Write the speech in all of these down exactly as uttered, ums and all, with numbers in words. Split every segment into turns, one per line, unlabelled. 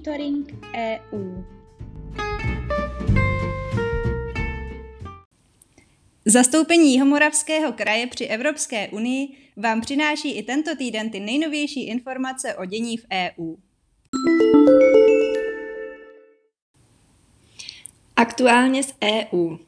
Monitoring E U. Zastoupení Jihomoravského kraje při Evropské unii vám přináší i tento týden ty nejnovější informace o dění v E U.
Aktuálně z E U.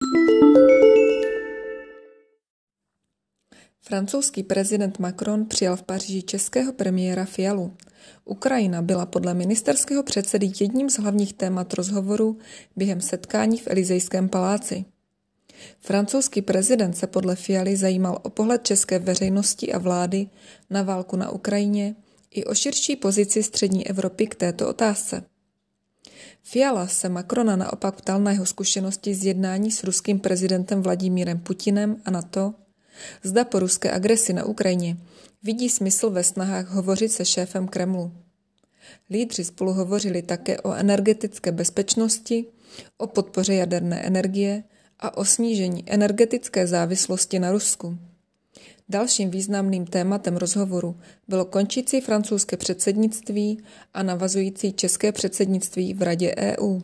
Francouzský prezident Macron přijal v Paříži českého premiéra Fialu. Ukrajina byla podle ministerského předsedy jedním z hlavních témat rozhovoru během setkání v Elysejském paláci. Francouzský prezident se podle Fialy zajímal o pohled české veřejnosti a vlády na válku na Ukrajině i o širší pozici střední Evropy k této otázce. Fiala se Macrona naopak ptal na jeho zkušenosti z jednání s ruským prezidentem Vladimírem Putinem a na to, zda po ruské agresi na Ukrajině vidí smysl ve snahách hovořit se šéfem Kremlu. Lídři spolu hovořili také o energetické bezpečnosti, o podpoře jaderné energie a o snížení energetické závislosti na Rusku. Dalším významným tématem rozhovoru bylo končící francouzské předsednictví a navazující české předsednictví v Radě E U.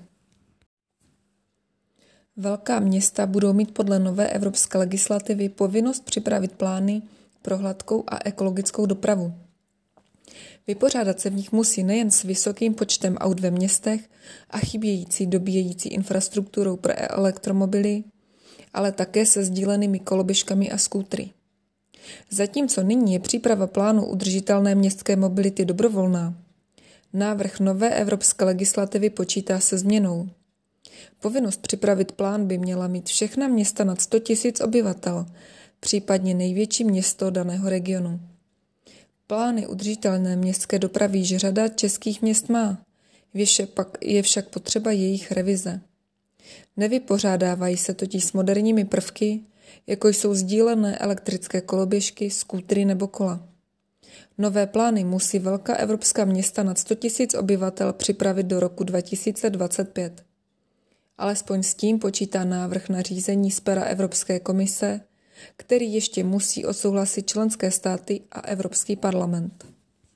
Velká města budou mít podle nové evropské legislativy povinnost připravit plány pro hladkou a ekologickou dopravu. Vypořádat se v nich musí nejen s vysokým počtem aut ve městech a chybějící dobíjející infrastrukturou pro elektromobily, ale také se sdílenými koloběžkami a skútry. Zatímco nyní je příprava plánu udržitelné městské mobility dobrovolná, návrh nové evropské legislativy počítá se změnou. Povinnost připravit plán by měla mít všechna města nad sto tisíc obyvatel, případně největší město daného regionu. Plány udržitelné městské dopravy již řada českých měst má, je však potřeba jejich revize. Nevypořádávají se totiž s moderními prvky, jako jsou sdílené elektrické koloběžky, skútry nebo kola. Nové plány musí velká evropská města nad sto tisíc obyvatel připravit do roku dva tisíce dvacet pět. Alespoň s tím počítá návrh na řízení z pera Evropské komise, který ještě musí odsouhlasit členské státy a Evropský parlament.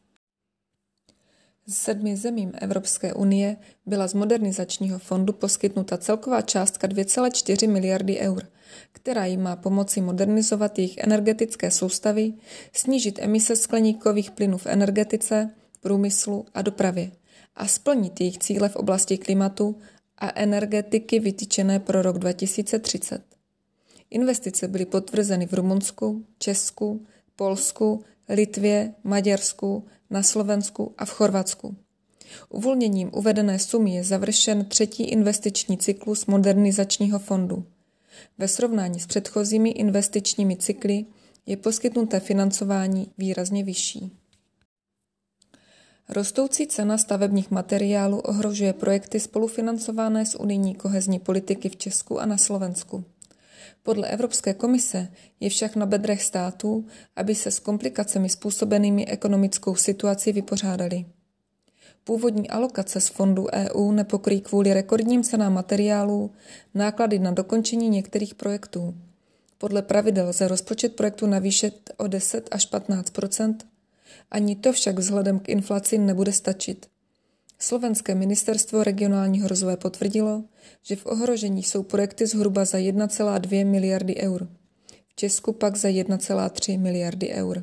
Z sedmi zemím Evropské unie byla z modernizačního fondu poskytnuta celková částka dvě celé čtyři miliardy eur, která jim má pomoci modernizovat jejich energetické soustavy, snížit emise skleníkových plynů v energetice, průmyslu a dopravě a splnit jejich cíle v oblasti klimatu a energetiky vytyčené pro rok dva tisíce třicet. Investice byly potvrzeny v Rumunsku, Česku, Polsku, Litvě, Maďarsku, na Slovensku a v Chorvatsku. Uvolněním uvedené sumy je završen třetí investiční cyklus modernizačního fondu. Ve srovnání s předchozími investičními cykly je poskytnuté financování výrazně vyšší. Rostoucí cena stavebních materiálů ohrožuje projekty spolufinancované z unijní kohezní politiky v Česku a na Slovensku. Podle Evropské komise je však na bedrech států, aby se s komplikacemi způsobenými ekonomickou situací vypořádali. Původní alokace z fondů E U nepokryjí kvůli rekordním cenám materiálů náklady na dokončení některých projektů. Podle pravidel lze rozpočet projektu navýšit o deset až patnáct procent, ani to však vzhledem k inflaci nebude stačit. Slovenské ministerstvo regionálního rozvoje potvrdilo, že v ohrožení jsou projekty zhruba za jedna celá dvě miliardy eur. V Česku pak za jedna celá tři miliardy eur.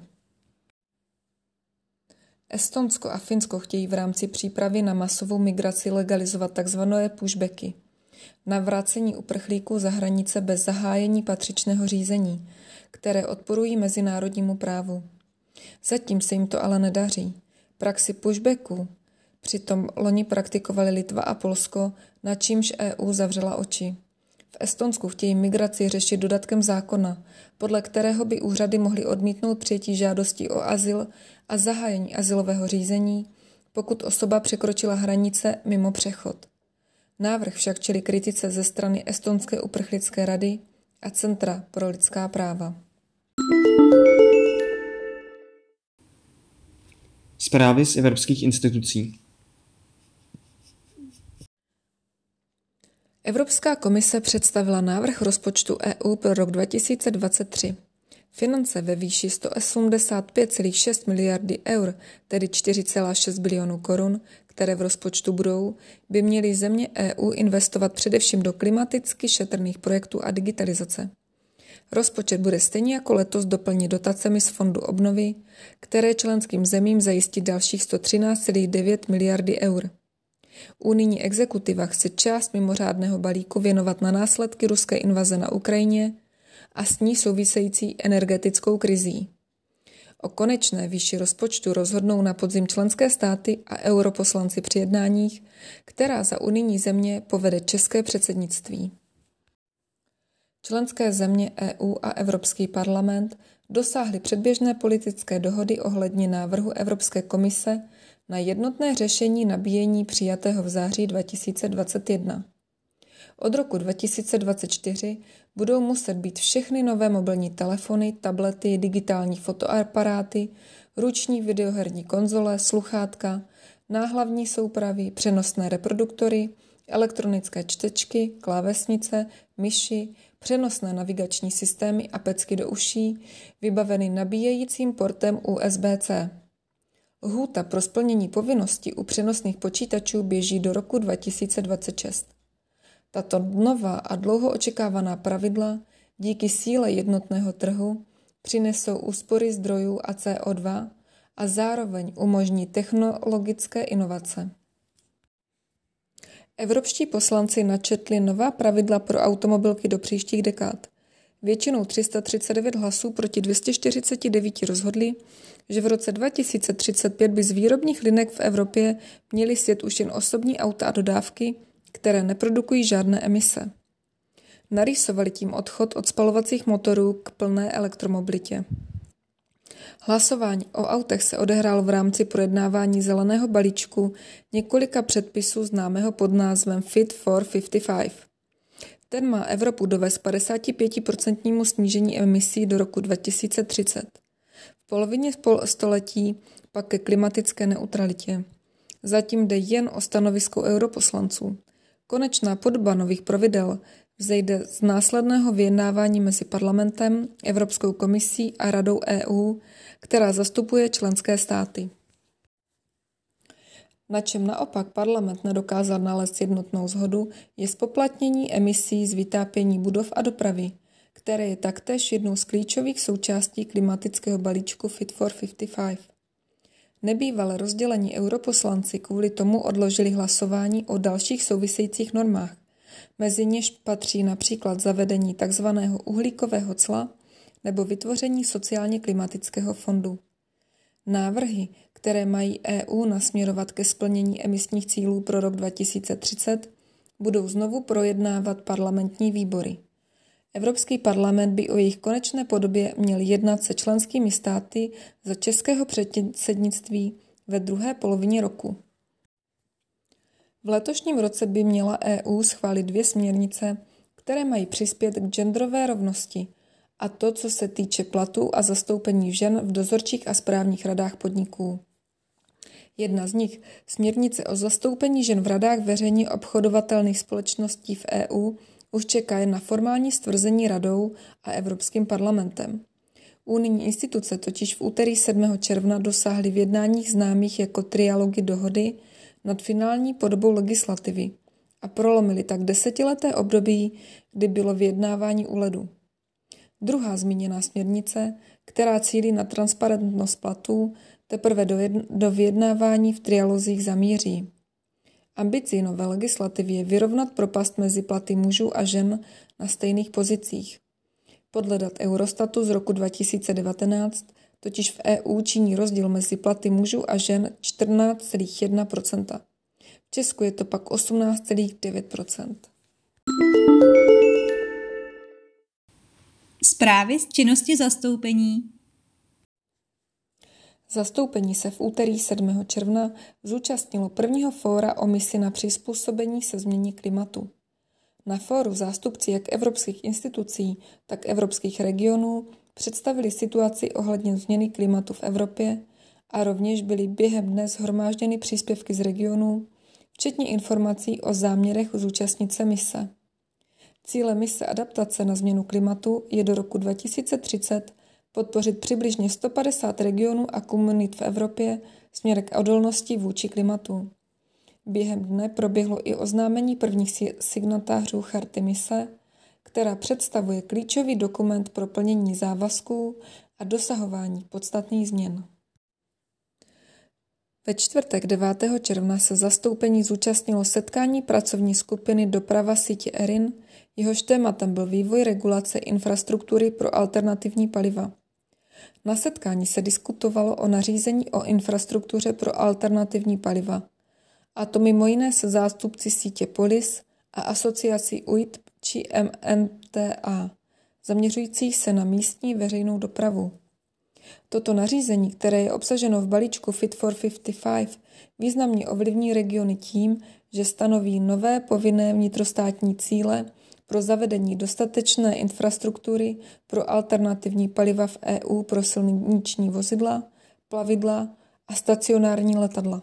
Estonsko a Finsko chtějí v rámci přípravy na masovou migraci legalizovat tzv. Pushbacky, navrácení uprchlíků za hranice bez zahájení patřičného řízení, které odporují mezinárodnímu právu. Zatím se jim to ale nedaří. Praxi pushbacku přitom loni praktikovali Litva a Polsko, na čímž E U zavřela oči. V Estonsku chtějí migraci řešit dodatkem zákona, podle kterého by úřady mohly odmítnout přijetí žádostí o azyl a zahájení azylového řízení, pokud osoba překročila hranice mimo přechod. Návrh však čelí kritice ze strany Estonské uprchlické rady a Centra pro lidská práva.
Zprávy z evropských institucí.
Evropská komise představila návrh rozpočtu E U pro rok dva tisíce dvacet tři. Finance ve výši sto osmdesát pět celá šest miliardy eur, tedy čtyři celá šest bilionů korun, které v rozpočtu budou, by měly země E U investovat především do klimaticky šetrných projektů a digitalizace. Rozpočet bude stejně jako letos doplnit dotacemi z Fondu obnovy, které členským zemím zajistí dalších sto třináct celá devět miliardy eur. Unijní exekutiva chce část mimořádného balíku věnovat na následky ruské invaze na Ukrajině a s ní související energetickou krizí. O konečné výši rozpočtu rozhodnou na podzim členské státy a europoslanci při jednáních, která za unijní země povede české předsednictví. Členské země E U a Evropský parlament dosáhly předběžné politické dohody ohledně návrhu Evropské komise na jednotné řešení nabíjení přijatého v září dva tisíce dvacet jedna. Od roku dva tisíce dvacet čtyři budou muset být všechny nové mobilní telefony, tablety, digitální fotoaparáty, ruční videoherní konzole, sluchátka, náhlavní soupravy, přenosné reproduktory, elektronické čtečky, klávesnice, myši, přenosné navigační systémy a pecky do uší, vybaveny nabíjejícím portem U S B C. Lhůta pro splnění povinností u přenosných počítačů běží do roku dva tisíce dvacet šest. Tato nová a dlouho očekávaná pravidla díky síle jednotného trhu přinesou úspory zdrojů a C O dva a zároveň umožní technologické inovace. Evropští poslanci načetli nová pravidla pro automobilky do příštích dekád. Většinou tři sta třicet devět hlasů proti dvě stě čtyřicet devět rozhodli, že v roce dva tisíce třicet pět by z výrobních linek v Evropě měly sjet už jen osobní auta a dodávky, které neprodukují žádné emise. Narýsovali tím odchod od spalovacích motorů k plné elektromobilitě. Hlasování o autech se odehrálo v rámci projednávání zeleného balíčku několika předpisů známého pod názvem Fit for padesát pět. Ten má Evropu dovést padesát pět procent snížení emisí do roku dva tisíce třicet. V polovině století pak ke klimatické neutralitě. Zatím jde jen o stanovisko europoslanců. Konečná podoba nových pravidel vzejde z následného vyjednávání mezi parlamentem, Evropskou komisí a Radou E U, která zastupuje členské státy. Na čem naopak parlament nedokázal nalézt jednotnou shodu, je zpoplatnění emisí z vytápění budov a dopravy, které je taktéž jednou z klíčových součástí klimatického balíčku Fit for padesát pět. Nebývalé rozdělení europoslanci kvůli tomu odložili hlasování o dalších souvisejících normách. Mezi něž patří například zavedení tzv. Uhlíkového cla nebo vytvoření sociálně klimatického fondu. Návrhy, které mají E U nasměrovat ke splnění emisních cílů pro rok dva tisíce třicet, budou znovu projednávat parlamentní výbory. Evropský parlament by o jejich konečné podobě měl jednat se členskými státy za českého předsednictví ve druhé polovině roku. V letošním roce by měla E U schválit dvě směrnice, které mají přispět k genderové rovnosti, a to, co se týče platů a zastoupení žen v dozorčích a správních radách podniků. Jedna z nich, směrnice o zastoupení žen v radách veřejně obchodovatelných společností v E U, už čeká jen na formální stvrzení radou a Evropským parlamentem. Unijní instituce totiž v úterý sedmého června dosáhly v jednáních známých jako trialogy dohody nad finální podobou legislativy a prolomili tak desetileté období, kdy bylo vyjednávání u ledu. Druhá zmíněná směrnice, která cílí na transparentnost platů, teprve do, jedn- do vyjednávání v trialozích zamíří. Ambicí nové legislativy je vyrovnat propast mezi platy mužů a žen na stejných pozicích. Podle dat Eurostatu z roku dva tisíce devatenáct totiž v E U činí rozdíl mezi platy mužů a žen čtrnáct celá jedna procenta. V Česku je to pak osmnáct celá devět procent.
Zprávy z činnosti zastoupení.
Zastoupení se v úterý sedmého června zúčastnilo prvního fóra o misi na přizpůsobení se změně klimatu. Na fóru zástupci jak evropských institucí, tak evropských regionů představili situaci ohledně změny klimatu v Evropě a rovněž byly během dne shromážděny příspěvky z regionů, včetně informací o záměrech zúčastnit se mise. Cílem mise adaptace na změnu klimatu je do roku dva tisíce třicet podpořit přibližně sto padesát regionů a komunit v Evropě směrem k odolnosti vůči klimatu. Během dne proběhlo i oznámení prvních signatářů Charty mise, která představuje klíčový dokument pro plnění závazků a dosahování podstatných změn. Ve čtvrtek devátého června se zastoupení zúčastnilo setkání pracovní skupiny Doprava sítě E R I N, jehož tématem byl vývoj regulace infrastruktury pro alternativní paliva. Na setkání se diskutovalo o nařízení o infrastruktuře pro alternativní paliva, a to mimo jiné se zástupci sítě Polis a asociací U I T P či M N T A, zaměřujících se na místní veřejnou dopravu. Toto nařízení, které je obsaženo v balíčku Fit for padesát pět, významně ovlivní regiony tím, že stanoví nové povinné vnitrostátní cíle pro zavedení dostatečné infrastruktury pro alternativní paliva v E U pro silniční vozidla, plavidla a stacionární letadla.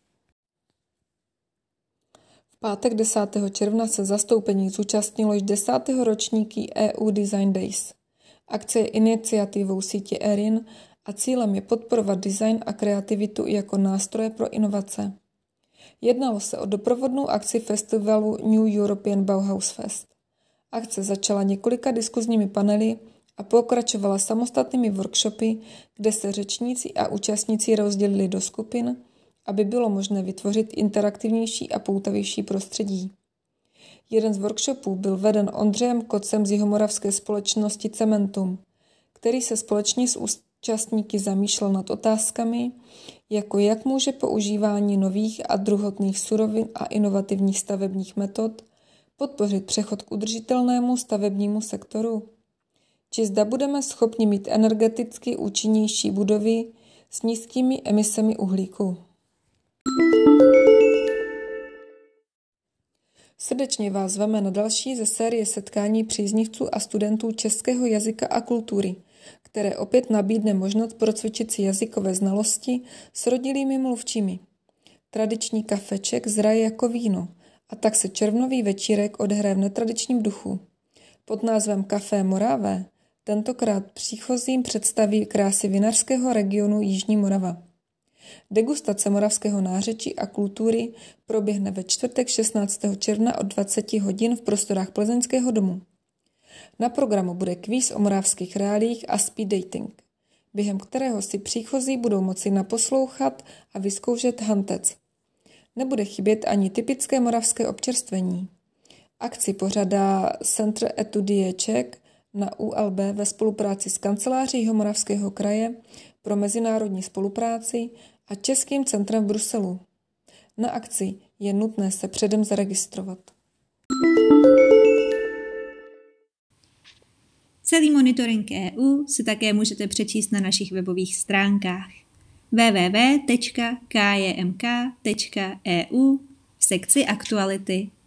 V pátek desátého června se zastoupení zúčastnilo již desátého ročníky E U Design Days. Akce je iniciativou sítě E R I N a cílem je podporovat design a kreativitu jako nástroje pro inovace. Jednalo se o doprovodnou akci festivalu New European Bauhaus Fest. Akce začala několika diskuzními panely a pokračovala samostatnými workshopy, kde se řečníci a účastníci rozdělili do skupin, aby bylo možné vytvořit interaktivnější a poutavější prostředí. Jeden z workshopů byl veden Ondřejem Kocem z jihomoravské společnosti Cementum, který se společně s účastníky zamýšlel nad otázkami, jako jak může používání nových a druhotných surovin a inovativních stavebních metod podpořit přechod k udržitelnému stavebnímu sektoru, či zda budeme schopni mít energeticky účinnější budovy s nízkými emisemi uhlíku. Srdečně vás zveme na další ze série setkání příznivců a studentů českého jazyka a kultury, které opět nabídne možnost procvičit si jazykové znalosti s rodilými mluvčími. Tradiční kafeček zraje jako víno, a tak se červnový večírek odehraje v netradičním duchu. Pod názvem Café Moravé tentokrát příchozím představí krásy vinařského regionu Jižní Morava. Degustace moravského nářečí a kultury proběhne ve čtvrtek šestnáctého června od dvacet hodin v prostorách Plzeňského domu. Na programu bude kvíz o moravských reálích a speed dating, během kterého si příchozí budou moci naposlouchat a vyzkoušet hantec. Nebude chybět ani typické moravské občerstvení. Akci pořádá Centre Etudie Czech na U L B ve spolupráci s kanceláří Jihomoravského kraje pro mezinárodní spolupráci a Českým centrem v Bruselu. Na akci je nutné se předem zaregistrovat.
Celý monitoring E U si také můžete přečíst na našich webových stránkách w w w tečka k j m k tečka e u v sekci aktuality.